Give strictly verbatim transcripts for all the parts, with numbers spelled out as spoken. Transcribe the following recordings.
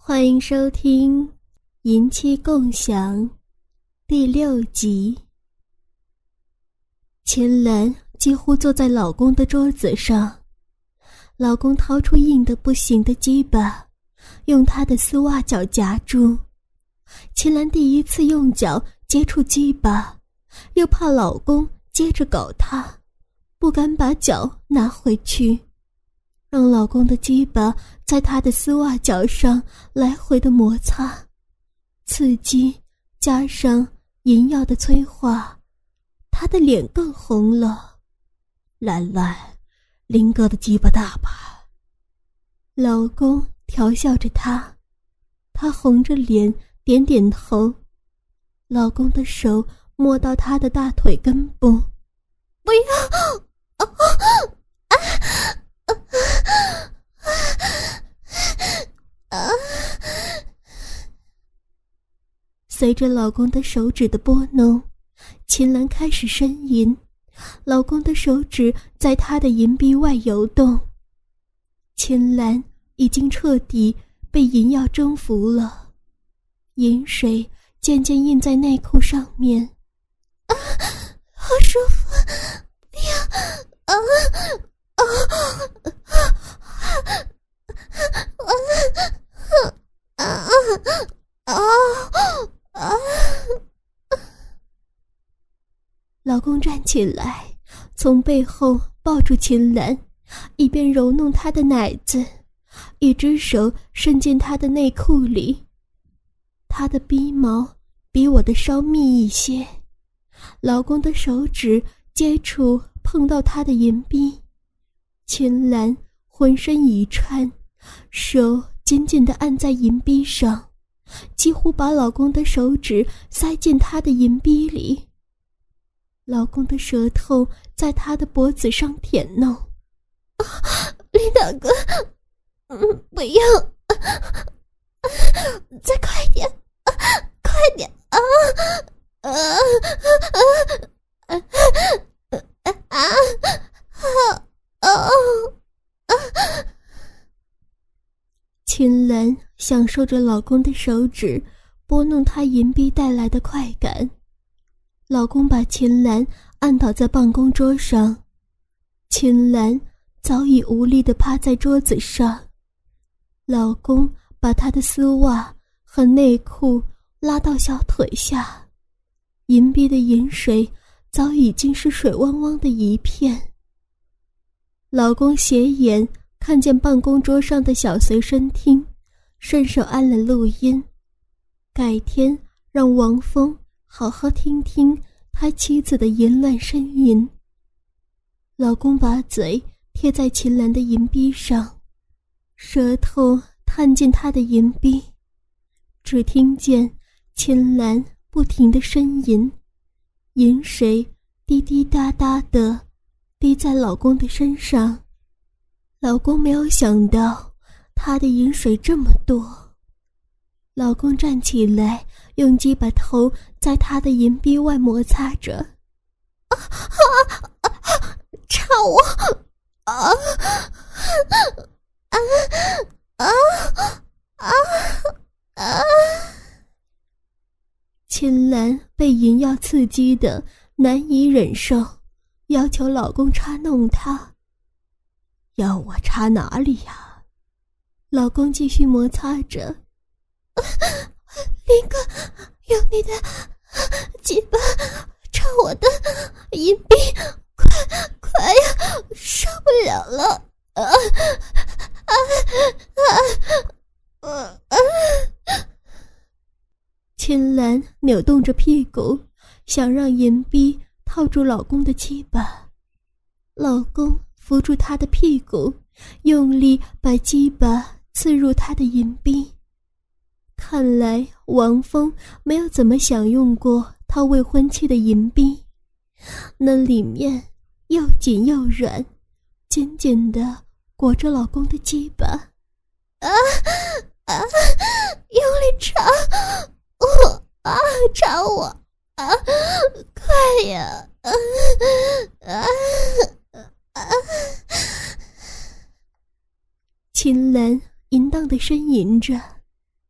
欢迎收听《淫妻共享》第六集。秦岚几乎坐在老公的桌子上，老公掏出硬得不行的鸡巴，用他的丝袜脚夹住。秦岚第一次用脚接触鸡巴，又怕老公接着搞她，不敢把脚拿回去，让老公的鸡巴在她的丝袜脚上来回的摩擦，刺激加上淫药的催化，她的脸更红了。兰兰，林哥的鸡巴大吧？老公调笑着她，她红着脸点点头。老公的手摸到她的大腿根部，不要！啊啊啊啊！随着老公的手指的拨弄，秦岚开始呻吟，老公的手指在她的银臂外游动。秦岚已经彻底被淫药征服了，淫水渐渐印在内裤上面。啊，好舒服！不要！啊啊啊啊啊啊！老公站起来，从背后抱住秦岚，一边揉弄她的奶子，一只手伸进她的内裤里。她的逼毛比我的稍密一些，老公的手指接触碰到她的银逼，秦岚浑身一颤，手紧紧地按在银逼上，几乎把老公的手指塞进她的银逼里。老公的舌头在她的脖子上舔弄。啊，林大哥，嗯，不要，啊，再快点，啊，快点啊！啊啊啊啊啊啊！秦岚享受着老公的手指拨弄她银臂带来的快感。老公把秦岚按倒在办公桌上，秦岚早已无力地趴在桌子上。老公把她的丝袜和内裤拉到小腿下，银臂的饮水早已经是水汪汪的一片。老公斜眼看见办公桌上的小随身听，顺手按了录音，改天让王峰好好听听他妻子的淫乱呻吟。老公把嘴贴在秦岚的银臂上，舌头探进她的银臂，只听见秦岚不停地呻吟，饮水滴滴答答地滴在老公的身上。老公没有想到她的饮水这么多。老公站起来，用鸡巴头在她的银臂外摩擦着。啊啊啊！插我！啊啊啊啊啊！秦岚被淫药刺激的难以忍受，要求老公插弄她。要我插哪里呀？老公继续摩擦着。林哥，用你的鸡巴插我的银臂，快快呀，受不了了！啊啊啊啊啊！秦岚扭动着屁股，想让银臂套住老公的鸡巴。老公扶住她的屁股，用力把鸡巴刺入她的银臂。看来王峰没有怎么享用过他未婚妻的银臂，那里面又紧又软，紧紧地裹着老公的鸡巴。啊啊！用力插我啊！插我啊！快呀！啊啊啊！秦岚淫荡地呻吟着，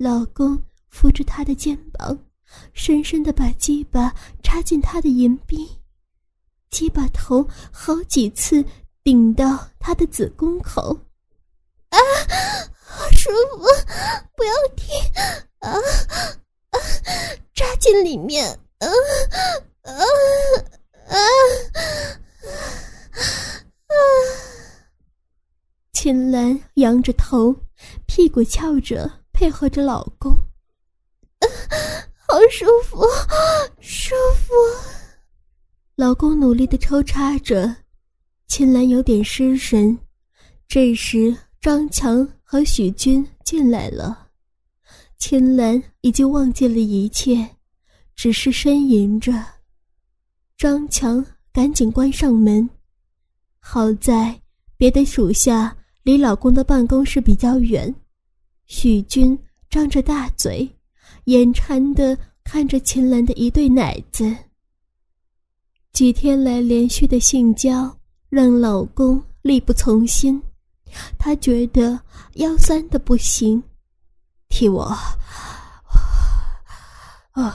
老公扶着她的肩膀，深深地把鸡巴插进她的银币，鸡巴头好几次顶到她的子宫口。啊，好舒服，不要停！啊啊，扎进里面！啊啊啊啊！秦岚仰着头，屁股翘着，配合着老公。啊，好舒服，舒服！老公努力地抽插着，秦岚有点失神。这时张强和许军进来了，秦岚已经忘记了一切，只是呻吟着。张强赶紧关上门，好在别的属下离老公的办公室比较远。许军张着大嘴，眼馋地看着秦岚的一对奶子。几天来连续的性交让老公力不从心，他觉得腰酸的不行。替我啊！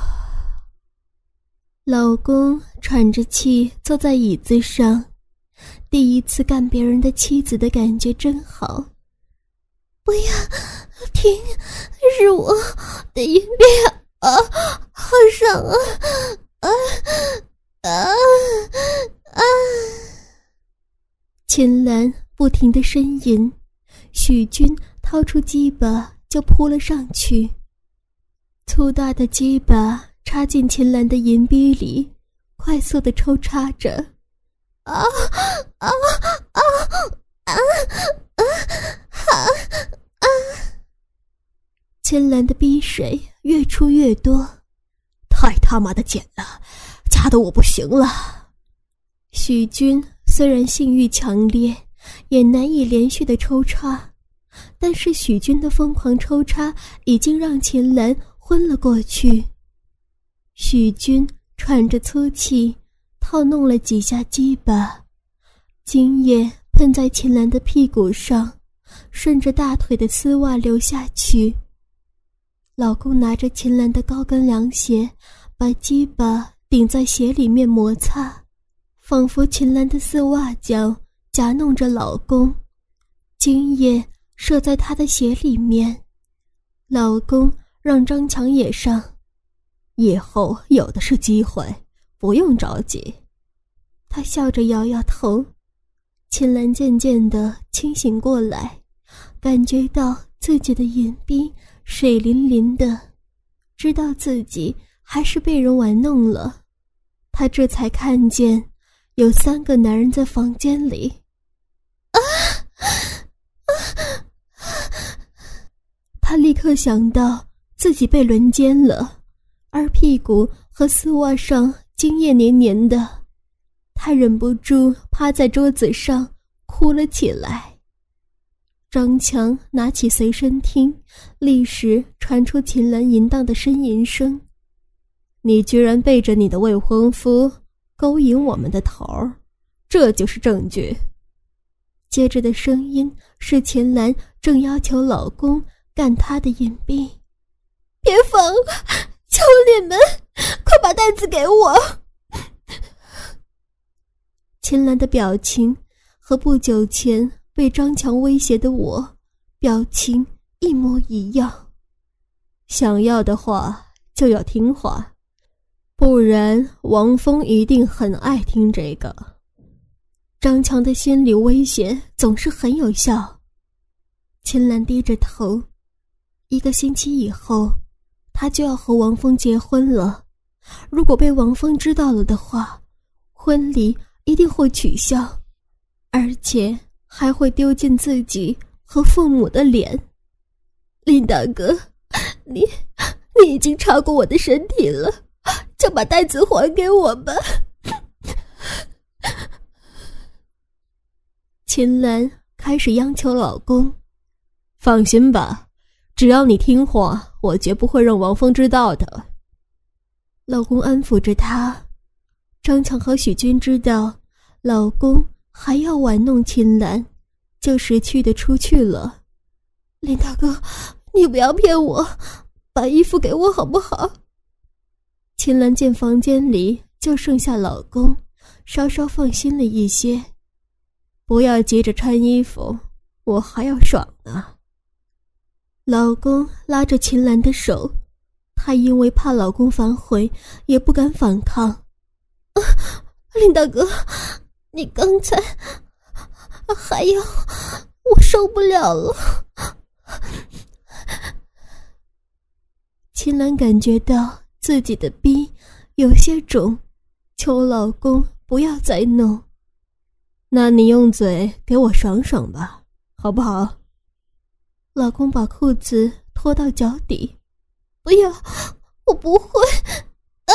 老公喘着气坐在椅子上，第一次干别人的妻子的感觉真好。不要停，是我的银币啊，好爽啊啊啊啊！秦岚不停地呻吟，许军掏出鸡巴就扑了上去，粗大的鸡巴插进秦岚的银币里，快速地抽插着。啊啊啊啊啊啊啊！秦岚的逼水越出越多，太他妈的紧了，夹得我不行了。许军虽然性欲强烈，也难以连续的抽插，但是许军的疯狂抽插已经让秦岚昏了过去。许军喘着粗气，套弄了几下鸡巴，精液喷在秦岚的屁股上，顺着大腿的丝袜流下去。老公拿着秦岚的高跟凉鞋，把鸡巴顶在鞋里面摩擦，仿佛秦岚的丝袜脚夹弄着老公，精液射在他的鞋里面。老公让张强也上，以后有的是机会，不用着急。他笑着摇摇头。秦岚渐渐地清醒过来，感觉到自己的银币水淋淋的，知道自己还是被人玩弄了。他这才看见有三个男人在房间里。啊啊！他立刻想到自己被轮奸了，而屁股和丝袜上精液黏黏的，他忍不住趴在桌子上哭了起来。张强拿起随身听，立时传出秦岚淫荡的呻吟声。你居然背着你的未婚夫勾引我们的头，这就是证据。接着的声音是秦岚正要求老公干她的隐蔽。别放了，求你们，快把袋子给我。秦岚的表情和不久前被张强威胁的我表情一模一样。想要的话就要听话，不然王峰一定很爱听这个。张强的心理威胁总是很有效。秦岚低着头，一个星期以后他就要和王峰结婚了，如果被王峰知道了的话，婚礼一定会取消，而且还会丢尽自己和父母的脸。林大哥，你你已经超过我的身体了，就把袋子还给我吧。秦岚开始央求老公，放心吧，只要你听话，我绝不会让王峰知道的。老公安抚着她。张强和许军知道老公还要玩弄秦岚，就识趣地出去了。林大哥，你不要骗我， 把衣服给我好不好？秦岚见房间里就剩下老公，稍稍放心了一些。不要急着穿衣服，我还要爽呢。老公拉着秦岚的手，她因为怕老公反悔，也不敢反抗。啊，林大哥，你刚才还要，我受不了了。秦岚感觉到自己的逼有些肿，求老公不要再弄。那你用嘴给我爽爽吧，好不好？老公把裤子脱到脚底。不要，我不会。啊！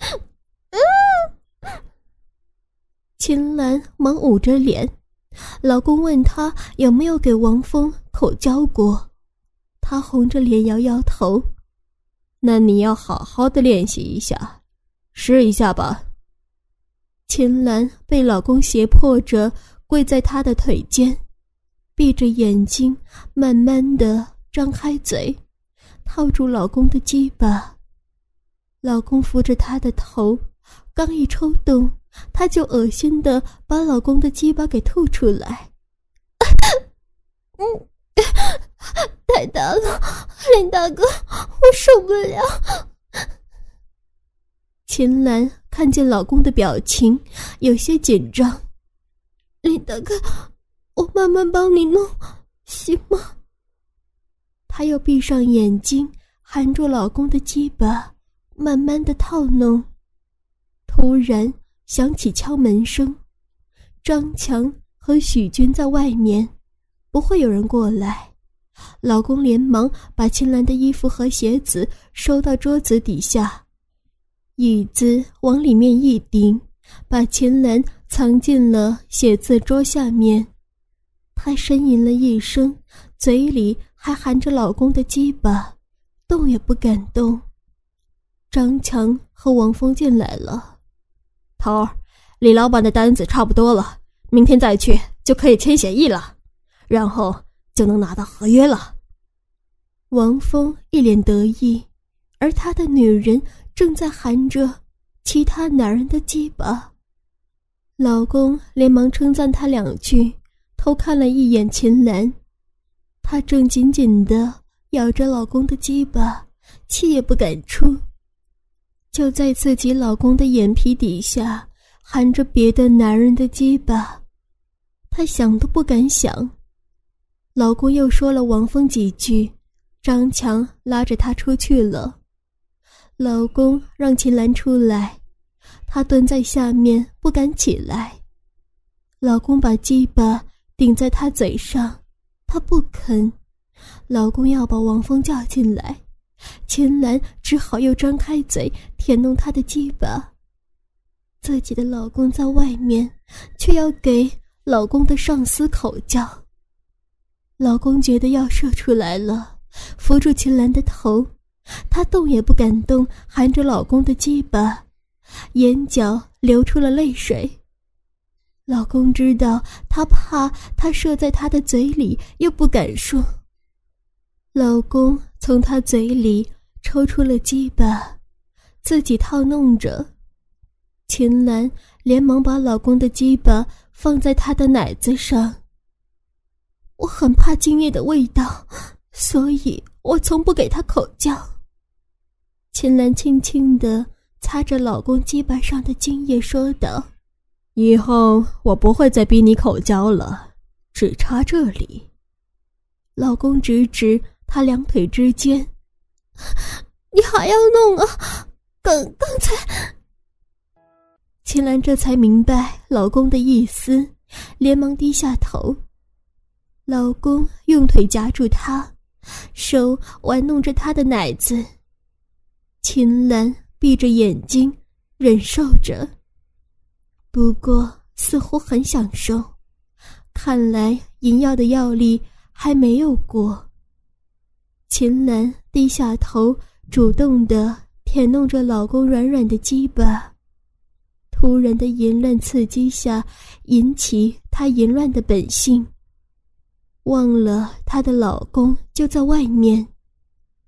嗯。秦岚忙捂着脸，老公问她有没有给王峰口交过，她红着脸摇摇头。那你要好好的练习一下，试一下吧。秦岚被老公胁迫着跪在他的腿间，闭着眼睛慢慢地张开嘴，套住老公的鸡巴。老公扶着她的头，刚一抽动，他就恶心地把老公的鸡巴给吐出来。嗯，太大了，林大哥，我受不了。秦岚看见老公的表情有些紧张。林大哥，我慢慢帮你弄，行吗？她又闭上眼睛，含住老公的鸡巴，慢慢的套弄。突然响起敲门声，张强和许军在外面，不会有人过来。老公连忙把秦岚的衣服和鞋子收到桌子底下，椅子往里面一顶，把秦岚藏进了写字桌下面。她呻吟了一声，嘴里还含着老公的鸡巴，动也不敢动。张强和王峰进来了。头儿，李老板的单子差不多了，明天再去就可以签协议了，然后就能拿到合约了。王峰一脸得意，而他的女人正在含着其他男人的鸡巴。老公连忙称赞他两句，偷看了一眼秦岚，她正紧紧地咬着老公的鸡巴，气也不敢出。就在自己老公的眼皮底下含着别的男人的鸡巴，她想都不敢想。老公又说了王峰几句，张强拉着她出去了。老公让秦岚出来，她蹲在下面不敢起来。老公把鸡巴顶在她嘴上，她不肯。老公要把王峰叫进来，秦岚只好又张开嘴舔弄她的鸡巴。自己的老公在外面，却要给老公的上司口交。老公觉得要射出来了，扶住秦岚的头，她动也不敢动，含着老公的鸡巴，眼角流出了泪水。老公知道她怕她射在他的嘴里，又不敢说。老公从她嘴里抽出了鸡巴，自己套弄着。秦岚连忙把老公的鸡巴放在她的奶子上。我很怕精液的味道，所以我从不给他口交。秦岚轻轻地擦着老公鸡巴上的精液说道：以后我不会再逼你口交了，只插这里。老公指指他两腿之间。你还要弄啊？刚刚才……秦岚这才明白老公的意思，连忙低下头。老公用腿夹住她，手玩弄着她的奶子。秦岚闭着眼睛忍受着，不过似乎很享受，看来淫药的药力还没有过。秦岚低下头，主动地舔弄着老公软软的鸡巴。突然的淫乱刺激下，引起她淫乱的本性，忘了她的老公就在外面。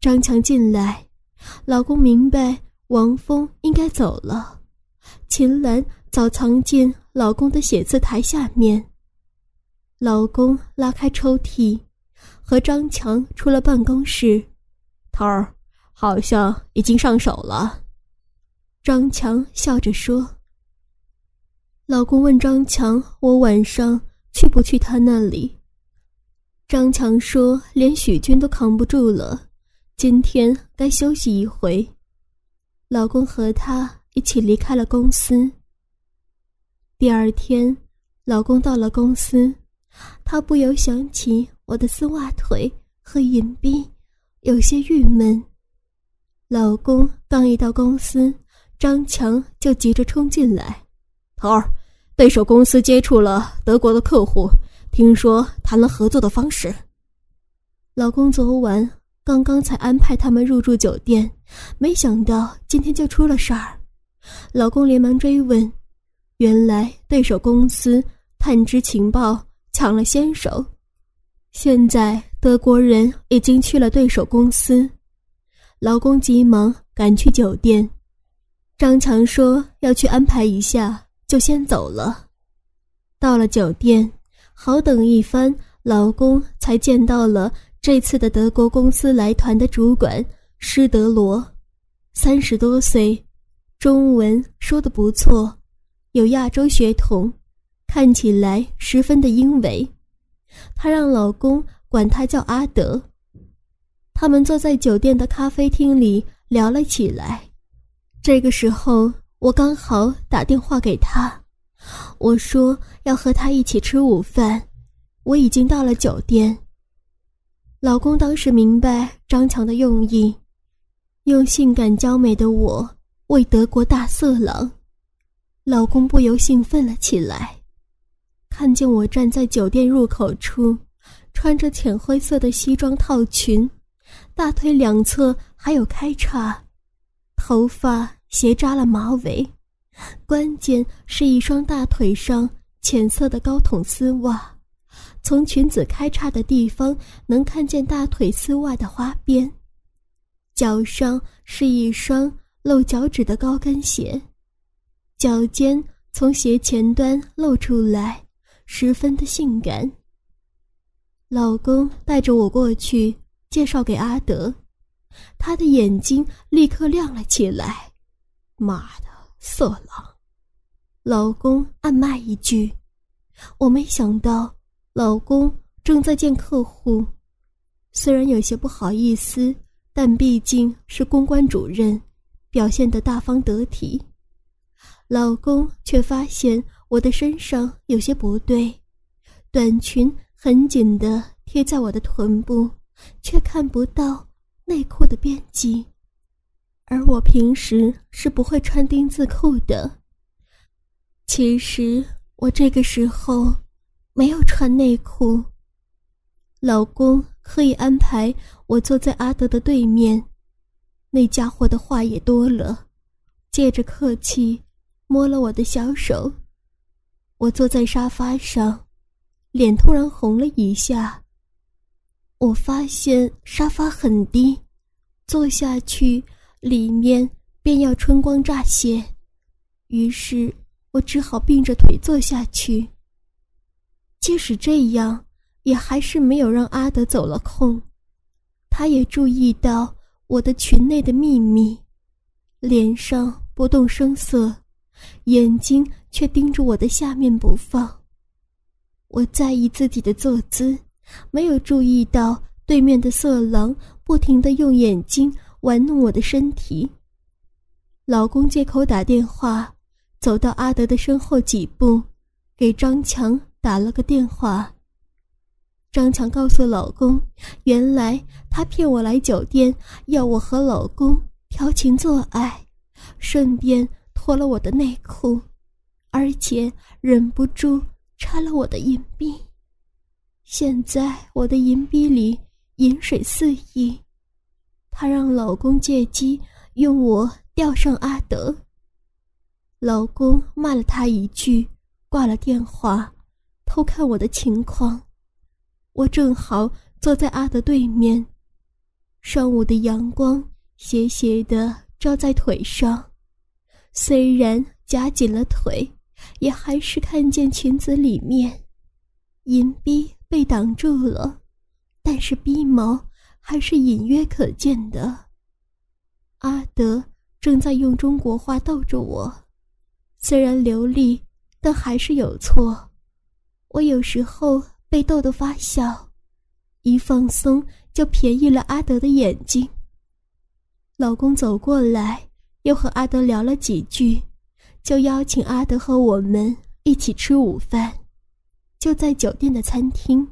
张强进来，老公明白王峰应该走了，秦岚早藏进老公的写字台下面。老公拉开抽屉，和张强出了办公室。头儿，好像已经上手了。张强笑着说。老公问张强，我晚上去不去他那里？张强说连许军都扛不住了，今天该休息一回。老公和他一起离开了公司。第二天，老公到了公司，他不由想起我的丝袜腿和银币，有些郁闷。老公刚一到公司，张强就急着冲进来。头儿，对手公司接触了德国的客户，听说谈了合作的方式。老公昨晚刚刚才安排他们入住酒店，没想到今天就出了事儿。老公连忙追问，原来对手公司探知情报，抢了先手。现在德国人已经去了对手公司。老公急忙赶去酒店。张强说要去安排一下，就先走了。到了酒店，好等一番，老公才见到了这次的德国公司来团的主管施德罗，三十多岁，中文说得不错，有亚洲血统，看起来十分的英伟。她让老公管他叫阿德。他们坐在酒店的咖啡厅里聊了起来。这个时候，我刚好打电话给他，我说要和他一起吃午饭，我已经到了酒店。老公当时明白张强的用意，用性感娇美的我为德国大色狼。老公不由兴奋了起来，看见我站在酒店入口处，穿着浅灰色的西装套裙，大腿两侧还有开叉，头发斜扎了马尾，关键是一双大腿上浅色的高筒丝袜，从裙子开叉的地方能看见大腿丝袜的花边。脚上是一双露脚趾的高跟鞋，脚尖从鞋前端露出来，十分的性感。老公带着我过去介绍给阿德，他的眼睛立刻亮了起来。妈的，色狼！老公暗骂一句。我没想到老公正在见客户，虽然有些不好意思，但毕竟是公关主任，表现得大方得体。老公却发现我的身上有些不对，短裙很紧地贴在我的臀部，却看不到内裤的边际，而我平时是不会穿丁字裤的。其实我这个时候没有穿内裤。老公刻意安排我坐在阿德的对面，那家伙的话也多了，借着客气摸了我的小手。我坐在沙发上，脸突然红了一下。我发现沙发很低，坐下去里面便要春光乍泄，于是我只好并着腿坐下去。即使这样，也还是没有让阿德走了空。他也注意到我的裙内的秘密，脸上不动声色，眼睛却盯着我的下面不放。我在意自己的坐姿，没有注意到对面的色狼不停地用眼睛玩弄我的身体。老公借口打电话，走到阿德的身后几步，给张强打了个电话。张强告诉老公，原来他骗我来酒店，要我和老公调情做爱，顺便脱了我的内裤，而且忍不住插了我的银币。现在我的银币里银水四溢，他让老公借机用我钓上阿德。老公骂了他一句，挂了电话，偷看我的情况。我正好坐在阿德对面， 上午的阳光斜斜地照在腿上，虽然夹紧了腿，也还是看见裙子里面银逼被挡住了，但是逼毛还是隐约可见的。阿德正在用中国话逗着我，虽然流利，但还是有错。我有时候被逗得发笑，一放松就瞥睨了阿德的眼睛。老公走过来，又和阿德聊了几句，就邀请阿德和我们一起吃午饭，就在酒店的餐厅。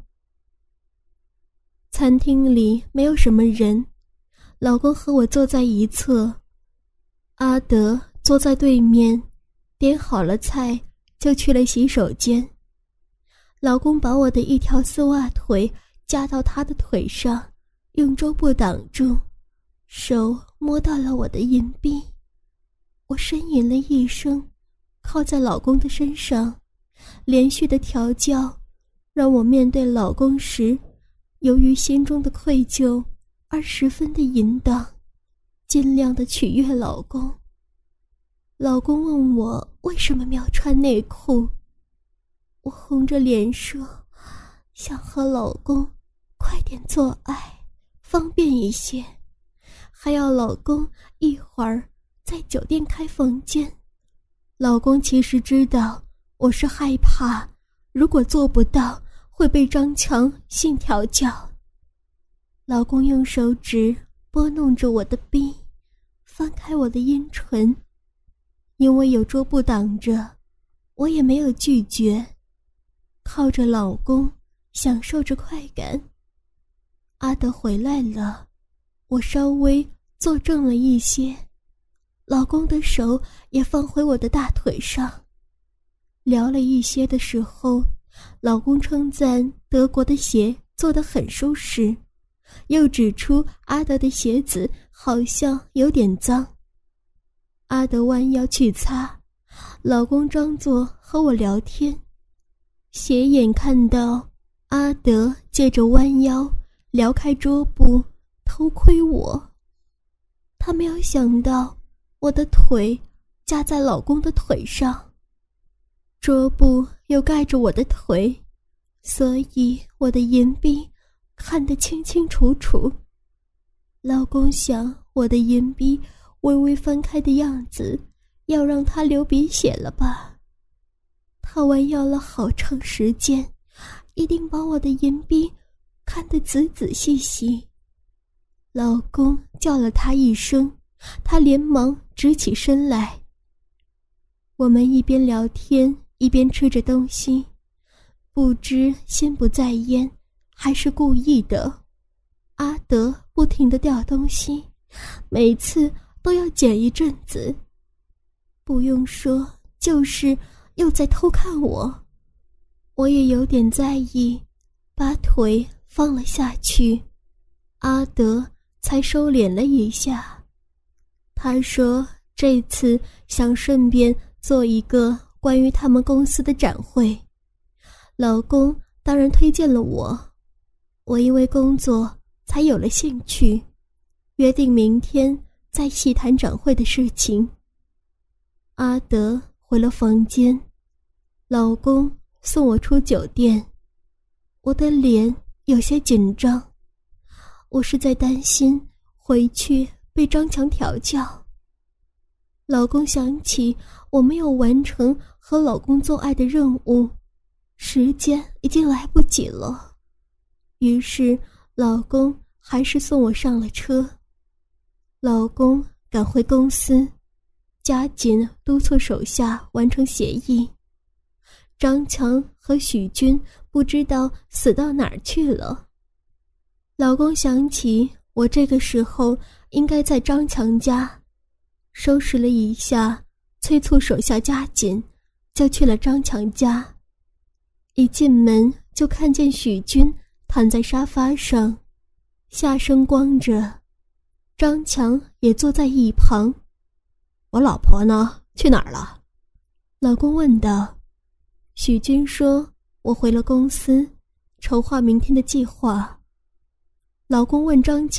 餐厅里没有什么人，老公和我坐在一侧，阿德坐在对面，点好了菜就去了洗手间。老公把我的一条丝袜腿架到他的腿上，用桌布挡住，手摸到了我的银币。我呻吟了一声，靠在老公的身上，连续的调教让我面对老公时，由于心中的愧疚而十分的淫荡，尽量的取悦老公。老公问我为什么要穿内裤，我红着脸说，想和老公快点做爱，方便一些，还要老公一会儿在酒店开房间。老公其实知道我是害怕，如果做不到会被张强性调教。老公用手指拨弄着我的臂，翻开我的阴唇，因为有桌布挡着，我也没有拒绝，靠着老公享受着快感。阿德回来了，我稍微坐正了一些，老公的手也放回我的大腿上。聊了一些的时候，老公称赞德国的鞋做得很舒适，又指出阿德的鞋子好像有点脏。阿德弯腰去擦，老公装作和我聊天，斜眼看到阿德借着弯腰撩开桌布偷窥我。他没有想到我的腿架在老公的腿上，桌布又盖着我的腿，所以我的银币看得清清楚楚。老公想我的银币微微翻开的样子，要让他流鼻血了吧。他弯腰了好长时间，一定把我的银币看得仔仔细细。老公叫了他一声，他连忙直起身来。我们一边聊天一边吃着东西，不知心不在焉还是故意的。阿德不停地掉东西，每次都要捡一阵子，不用说就是又在偷看我。我也有点在意，把腿放了下去，阿德才收敛了一下。他说这次想顺便做一个关于他们公司的展会，老公当然推荐了我，我因为工作才有了兴趣，约定明天再细谈展会的事情。阿德回了房间，老公送我出酒店，我的脸有些紧张，我是在担心回去被张强调教。老公想起我没有完成和老公做爱的任务，时间已经来不及了，于是老公还是送我上了车。老公赶回公司，加紧督促手下完成协议。张强和许军不知道死到哪儿去了。老公想起我这个时候应该在张强家，收拾了一下，催促手下加紧，就去了张强家。一进门就看见许军躺在沙发上，下身光着，张强也坐在一旁。我老婆呢？去哪儿了？老公问道。许军说，我回了公司，筹划明天的计划。老公问张强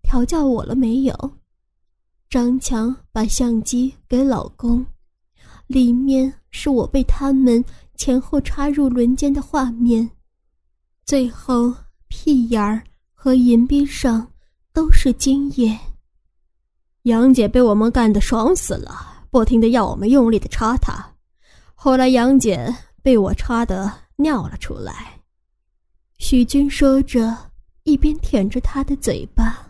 调教我了没有？张强把相机给老公，里面是我被他们前后插入轮奸的画面，最后屁眼儿和银币上都是精液。杨姐被我们干得爽死了，不停地要我们用力地插她，后来杨姐被我插得尿了出来。许军说着，一边舔着她的嘴巴。